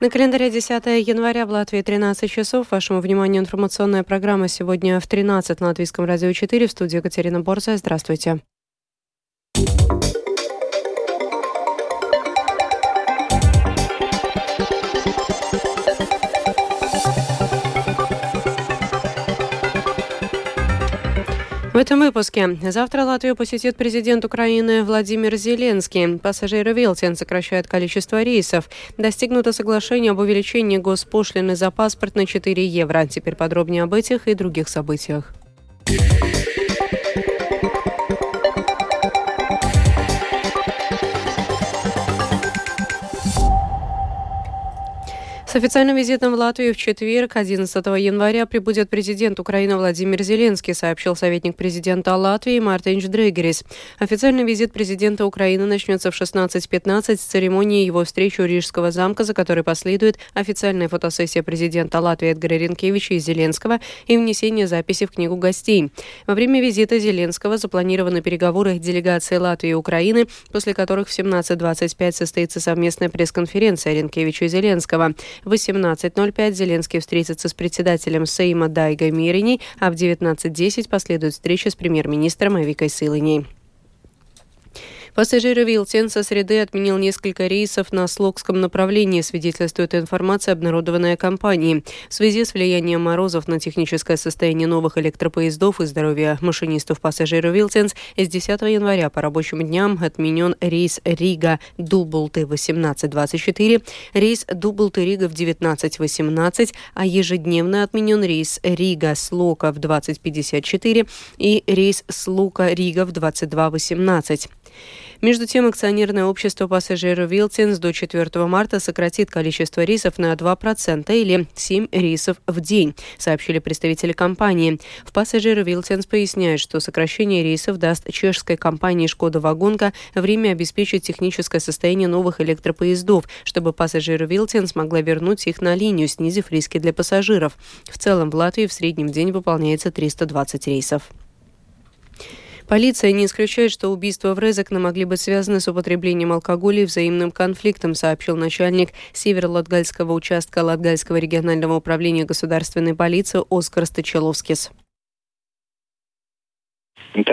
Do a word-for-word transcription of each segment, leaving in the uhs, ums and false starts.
На календаре десятое января, в Латвии тринадцать часов. Вашему вниманию информационная программа сегодня в тринадцать на Латвийском радио четыре. В студии Екатерина Борзая. Здравствуйте. В этом выпуске. Завтра Латвию посетит президент Украины Владимир Зеленский. Пассажиры Вилтин сокращают количество рейсов. Достигнуто соглашение об увеличении госпошлины за паспорт на четыре евро. Теперь подробнее об этих и других событиях. С официальным визитом в Латвию в четверг, одиннадцатого января, прибудет президент Украины Владимир Зеленский, сообщил советник президента Латвии Мартинš Дрегерис. Официальный визит президента Украины начнется в шестнадцать пятнадцать с церемонии его встречи у Рижского замка, за которой последует официальная фотосессия президента Латвии Эдгара Ринкевича и Зеленского и внесение записи в книгу гостей. Во время визита Зеленского запланированы переговоры делегации Латвии и Украины, после которых в семнадцать двадцать пять состоится совместная пресс-конференция Ринкевича и Зеленского. В восемнадцать ноль пять Зеленский встретится с председателем Сейма Дайгой Мириней, а в девятнадцать десять последует встреча с премьер-министром Эвикой Силиней. Пассажиры Вилтин со среды отменил несколько рейсов на Слокском направлении, свидетельствует информация, обнародованная компанией. В связи с влиянием морозов на техническое состояние новых электропоездов и здоровье машинистов пассажиров Вилтинс с десятого января по рабочим дням отменен рейс Рига-Дублты восемнадцать двадцать четыре, рейс Дублты-Рига в девятнадцать восемнадцать, а ежедневно отменен рейс Рига-Слока в двадцать пятьдесят четыре и рейс Слока-Рига в двадцать два восемнадцать. Между тем, акционерное общество пассажиров Вилтинс до четвёртого марта сократит количество рейсов на два процента или семь рейсов в день, сообщили представители компании. В пассажиры Вилтинс поясняют, что сокращение рейсов даст чешской компании «Шкода Вагонка» время обеспечить техническое состояние новых электропоездов, чтобы пассажиры Вилтинс могла вернуть их на линию, снизив риски для пассажиров. В целом в Латвии в среднем в день выполняется триста двадцать рейсов. Полиция не исключает, что убийства в Резекне могли быть связаны с употреблением алкоголя и взаимным конфликтом, сообщил начальник северо-латгальского участка Латгальского регионального управления государственной полиции Оскар Стачеловскис. В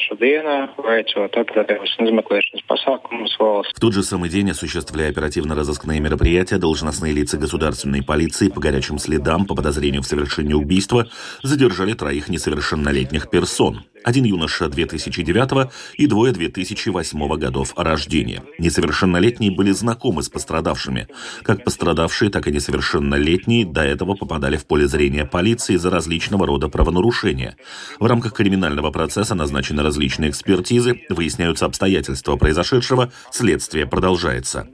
тот же самый день, осуществляя оперативно-розыскные мероприятия, должностные лица государственной полиции по горячим следам по подозрению в совершении убийства задержали троих несовершеннолетних персон. Один юноша две тысячи девятого и двое две тысячи восьмого годов рождения. Несовершеннолетние были знакомы с пострадавшими. Как пострадавшие, так и несовершеннолетние до этого попадали в поле зрения полиции за различного рода правонарушения. В рамках криминального процесса назначены различные экспертизы, выясняются обстоятельства произошедшего, следствие продолжается.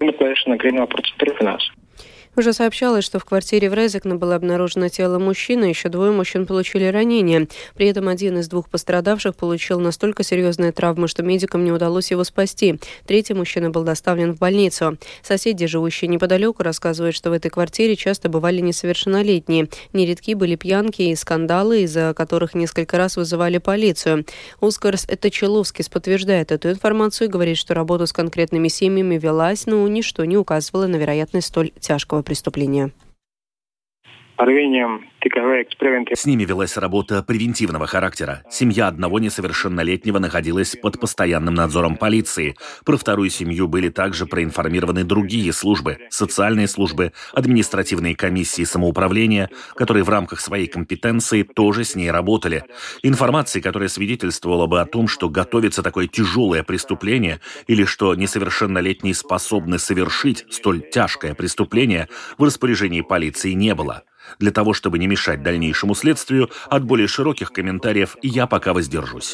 Уже сообщалось, что в квартире в Резекне было обнаружено тело мужчины, еще двое мужчин получили ранения. При этом один из двух пострадавших получил настолько серьезные травмы, что медикам не удалось его спасти. Третий мужчина был доставлен в больницу. Соседи, живущие неподалеку, рассказывают, что в этой квартире часто бывали несовершеннолетние. Нередки были пьянки и скандалы, из-за которых несколько раз вызывали полицию. Оскар Стачеловскис подтверждает эту информацию и говорит, что работа с конкретными семьями велась, но ничто не указывало на вероятность столь тяжкого преступления. С ними велась работа превентивного характера. Семья одного несовершеннолетнего находилась под постоянным надзором полиции. Про вторую семью были также проинформированы другие службы, социальные службы, административные комиссии самоуправления, которые в рамках своей компетенции тоже с ней работали. Информации, которая свидетельствовала бы о том, что готовится такое тяжелое преступление или что несовершеннолетние способны совершить столь тяжкое преступление, в распоряжении полиции не было. Для того, чтобы не мешать дальнейшему следствию, от более широких комментариев я пока воздержусь.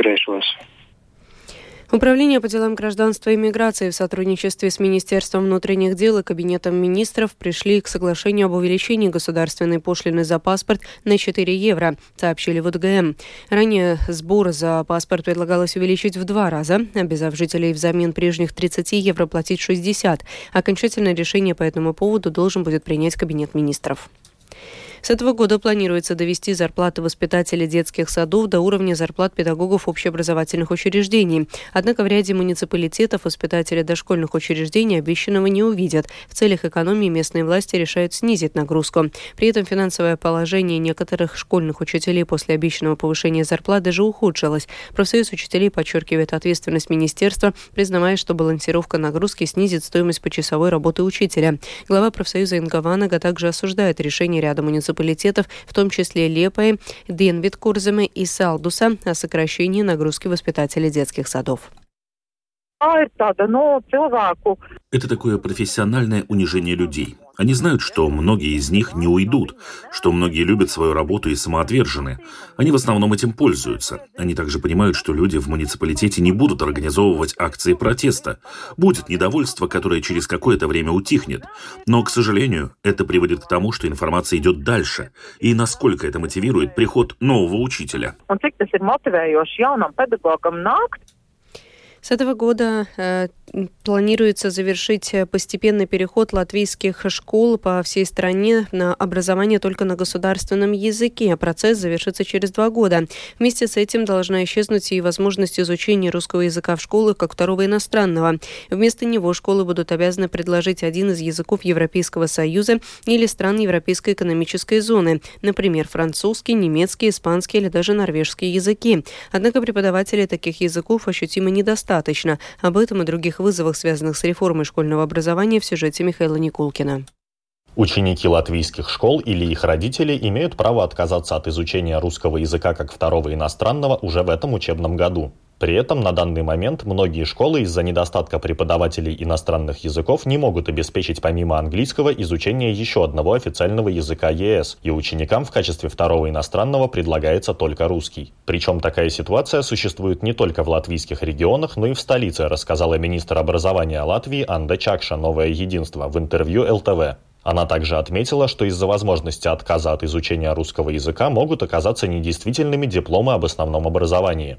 Управление по делам гражданства и миграции в сотрудничестве с Министерством внутренних дел и Кабинетом министров пришли к соглашению об увеличении государственной пошлины за паспорт на четыре евро, сообщили в УДГМ. Ранее сбор за паспорт предлагалось увеличить в два раза, обязав жителей взамен прежних тридцати евро платить шестьдесят. Окончательное решение по этому поводу должен будет принять Кабинет министров. С этого года планируется довести зарплаты воспитателей детских садов до уровня зарплат педагогов общеобразовательных учреждений. Однако в ряде муниципалитетов воспитатели дошкольных учреждений обещанного не увидят. В целях экономии местные власти решают снизить нагрузку. При этом финансовое положение некоторых школьных учителей после обещанного повышения зарплат даже ухудшилось. Профсоюз учителей подчеркивает ответственность министерства, признавая, что балансировка нагрузки снизит стоимость почасовой работы учителя. Глава профсоюза Инга Ванага также осуждает решение ряда муниципалитетов, в том числе Лепои, Денвидкурземе и Салдуса, о сокращении нагрузки воспитателей детских садов. Это такое профессиональное унижение людей. Они знают, что многие из них не уйдут, что многие любят свою работу и самоотвержены. Они в основном этим пользуются. Они также понимают, что люди в муниципалитете не будут организовывать акции протеста. Будет недовольство, которое через какое-то время утихнет. Но, к сожалению, это приводит к тому, что информация идет дальше. И насколько это мотивирует приход нового учителя. С этого года э, планируется завершить постепенный переход латвийских школ по всей стране на образование только на государственном языке. Процесс завершится через два года. Вместе с этим должна исчезнуть и возможность изучения русского языка в школах как второго иностранного. Вместо него школы будут обязаны предложить один из языков Европейского Союза или стран Европейской экономической зоны, например, французский, немецкий, испанский или даже норвежский языки. Однако преподавателей таких языков ощутимо недостаточно. Достаточно. Об этом и других вызовах, связанных с реформой школьного образования, в сюжете Михаила Никулкина. Ученики латвийских школ или их родители имеют право отказаться от изучения русского языка как второго иностранного уже в этом учебном году. При этом на данный момент многие школы из-за недостатка преподавателей иностранных языков не могут обеспечить помимо английского изучение еще одного официального языка ЕС, и ученикам в качестве второго иностранного предлагается только русский. Причем такая ситуация существует не только в латвийских регионах, но и в столице, рассказала министр образования Латвии Анда Чакша «Новое единство» в интервью эл тэ вэ. Она также отметила, что из-за возможности отказа от изучения русского языка могут оказаться недействительными дипломы об основном образовании.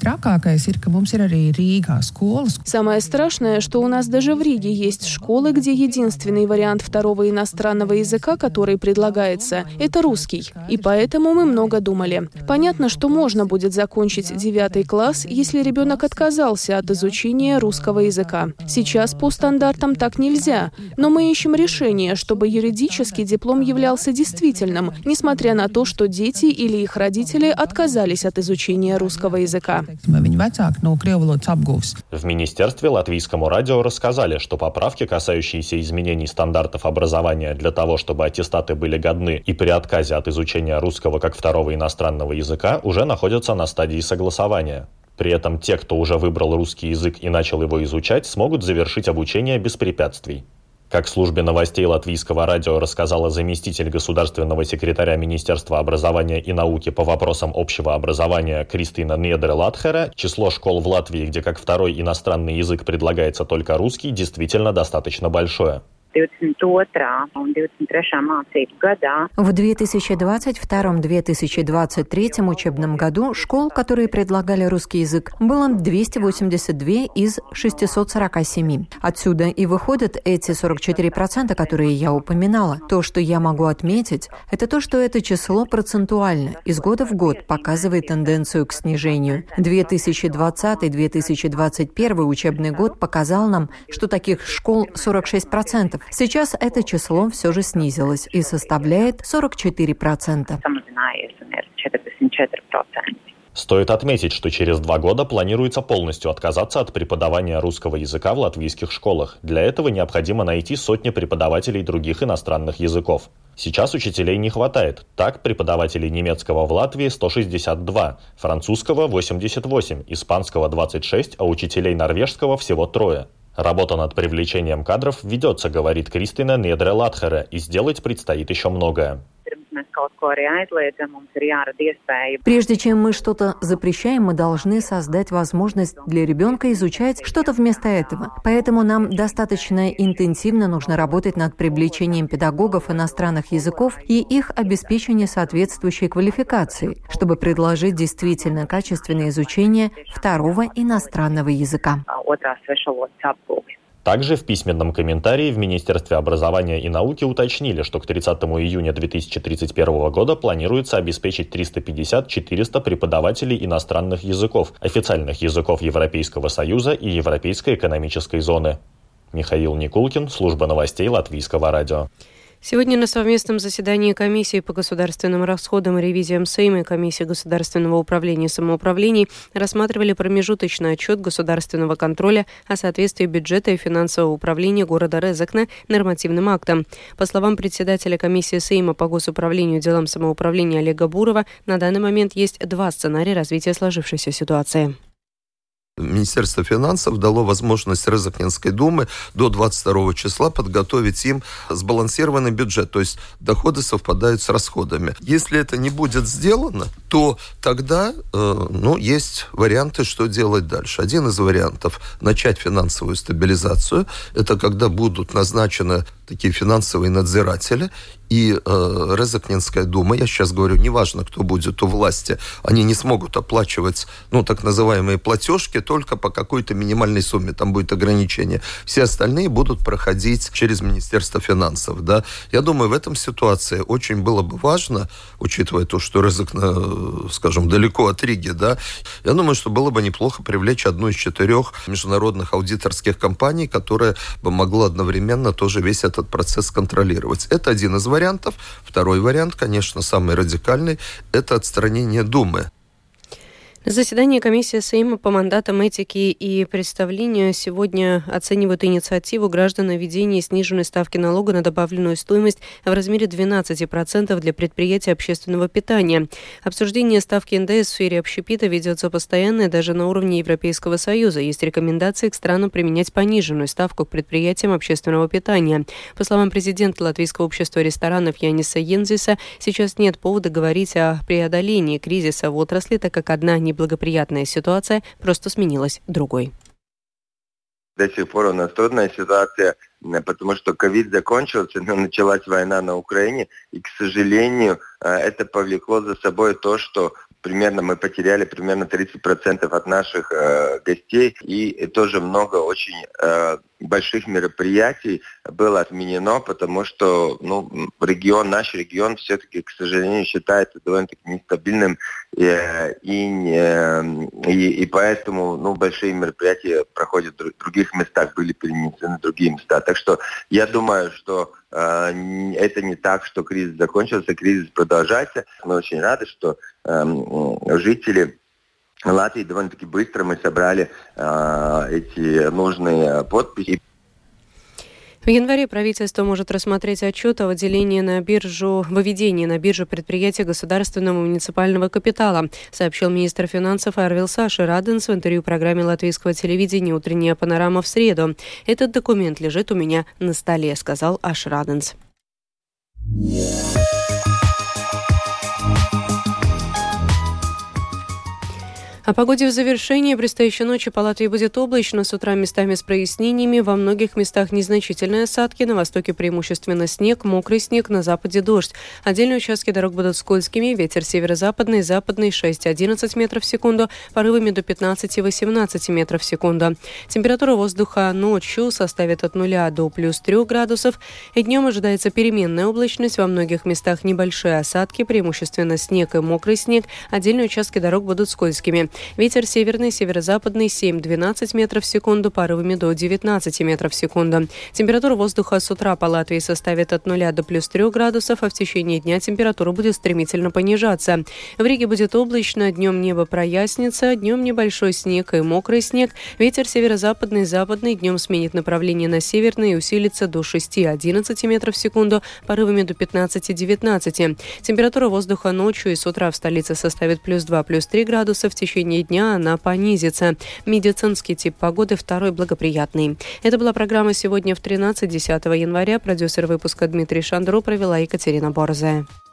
Самое страшное, что у нас даже в Риге есть школы, где единственный вариант второго иностранного языка, который предлагается, это русский. И поэтому мы много думали. Понятно, что можно будет закончить девятый класс, если ребенок отказался от изучения русского языка. Сейчас по стандартам так нельзя, но мы ищем решение, что чтобы юридически диплом являлся действительным, несмотря на то, что дети или их родители отказались от изучения русского языка. В министерстве латвийскому радио рассказали, что поправки, касающиеся изменений стандартов образования для того, чтобы аттестаты были годны и при отказе от изучения русского как второго иностранного языка, уже находятся на стадии согласования. При этом те, кто уже выбрал русский язык и начал его изучать, смогут завершить обучение без препятствий. Как службе новостей латвийского радио рассказала заместитель государственного секретаря Министерства образования и науки по вопросам общего образования Кристина Недре-Латхера, число школ в Латвии, где как второй иностранный язык предлагается только русский, действительно достаточно большое. В две тысячи двадцать втором — две тысячи двадцать третьем учебном году школ, которые предлагали русский язык, было двести восемьдесят два из шестисот сорока семи. Отсюда и выходят эти сорок четыре процента, которые я упоминала. То, что я могу отметить, это то, что это число процентуально из года в год показывает тенденцию к снижению. две тысячи двадцатый — две тысячи двадцать первый учебный год показал нам, что таких школ сорок шесть процентов. Сейчас это число все же снизилось и составляет сорок четыре процента. Стоит отметить, что через два года планируется полностью отказаться от преподавания русского языка в латвийских школах. Для этого необходимо найти сотни преподавателей других иностранных языков. Сейчас учителей не хватает. Так, преподавателей немецкого в Латвии сто шестьдесят два, французского восемьдесят восемь, испанского двадцать шесть, а учителей норвежского всего трое. Работа над привлечением кадров ведется, говорит Кристина Недре-Латхера, и сделать предстоит еще многое. Прежде чем мы что-то запрещаем, мы должны создать возможность для ребенка изучать что-то вместо этого. Поэтому нам достаточно интенсивно нужно работать над привлечением педагогов иностранных языков и их обеспечением соответствующей квалификации, чтобы предложить действительно качественное изучение второго иностранного языка. Также в письменном комментарии в Министерстве образования и науки уточнили, что к тридцатому июня две тысячи тридцать первого года планируется обеспечить триста пятьдесят - четыреста преподавателей иностранных языков, официальных языков Европейского Союза и Европейской экономической зоны. Михаил Никулкин, служба новостей Латвийского радио. Сегодня на совместном заседании Комиссии по государственным расходам и ревизиям Сейма и Комиссии государственного управления и самоуправлений рассматривали промежуточный отчет государственного контроля о соответствии бюджета и финансового управления города Резекне нормативным актам. По словам председателя Комиссии Сейма по госуправлению и делам самоуправления Олега Бурова, на данный момент есть два сценария развития сложившейся ситуации. Министерство финансов дало возможность Резекненской думы до двадцать второго числа подготовить им сбалансированный бюджет, то есть доходы совпадают с расходами. Если это не будет сделано, то тогда э, ну, есть варианты, что делать дальше. Один из вариантов – начать финансовую стабилизацию. Это когда будут назначены такие финансовые надзиратели, и э, Резекненская дума, я сейчас говорю, неважно, кто будет у власти, они не смогут оплачивать, ну, так называемые платежки только по какой-то минимальной сумме, там будет ограничение. Все остальные будут проходить через Министерство финансов, да. Я думаю, в этом ситуации очень было бы важно, учитывая то, что Резекне, скажем, далеко от Риги, да, я думаю, что было бы неплохо привлечь одну из четырех международных аудиторских компаний, которая бы могла одновременно тоже весь этот процесс контролировать. Это один из вариантов. Второй вариант, конечно, самый радикальный, это отстранение Думы. На заседании комиссии Сейма по мандатам этики и представлению сегодня оценивают инициативу граждан о введении сниженной ставки налога на добавленную стоимость в размере двенадцать процентов для предприятий общественного питания. Обсуждение ставки эн дэ эс в сфере общепита ведется постоянно, даже на уровне Европейского Союза. Есть рекомендации к странам применять пониженную ставку к предприятиям общественного питания. По словам президента Латвийского общества ресторанов Яниса Йензиса, сейчас нет повода говорить о преодолении кризиса в отрасли, так как одна не благоприятная ситуация просто сменилась другой. До сих пор у нас трудная ситуация, потому что ковид закончился, но началась война на Украине, и, к сожалению, это повлекло за собой то, что примерно мы потеряли примерно тридцать процентов от наших э, гостей, и тоже много очень э, больших мероприятий было отменено, потому что ну, регион, наш регион все-таки, к сожалению, считается довольно-таки нестабильным, э, и, э, и, и поэтому ну, большие мероприятия проходят в других местах, были перенесены в другие места. Так что я думаю, что э, это не так, что кризис закончился, кризис продолжается. Мы очень рады, что жители Латвии довольно-таки быстро мы собрали э, эти нужные подписи. В январе правительство может рассмотреть отчет о выделении на биржу, выведении на биржу предприятия государственного муниципального капитала, сообщил министр финансов Арвилс Аши Раденс в интервью программе латвийского телевидения «Утренняя панорама» в среду. «Этот документ лежит у меня на столе», сказал Аши Раденс. О погоде в завершении. Предстоящей ночи по Латвии будет облачно, с утра местами с прояснениями, во многих местах незначительные осадки, на востоке преимущественно снег, мокрый снег, на западе дождь. Отдельные участки дорог будут скользкими, ветер северо-западный, западный шесть-одиннадцать метров в секунду, порывами до пятнадцать-восемнадцать метров в секунду. Температура воздуха ночью составит от нуля до плюс трех градусов, и днем ожидается переменная облачность, во многих местах небольшие осадки, преимущественно снег и мокрый снег, отдельные участки дорог будут скользкими. Ветер северный, северо-западный семь-двенадцать метров в секунду, порывами до девятнадцать метров в секунду. Температура воздуха с утра по Латвии составит от нуля до плюс трех градусов, а в течение дня температура будет стремительно понижаться. В Риге будет облачно, днем небо прояснится, днем небольшой снег и мокрый снег. Ветер северо-западный, западный, днем сменит направление на северный и усилится до шесть-одиннадцать метров в секунду, порывами до пятнадцать-девятнадцать. Температура воздуха ночью и с утра в столице составит плюс два, плюс три градуса, в течение дня она понизится. Медицинский тип погоды второй благоприятный. Это была программа «Сегодня в тринадцать» десятого января. Продюсер выпуска Дмитрий Шандро, провела Екатерина Борзая.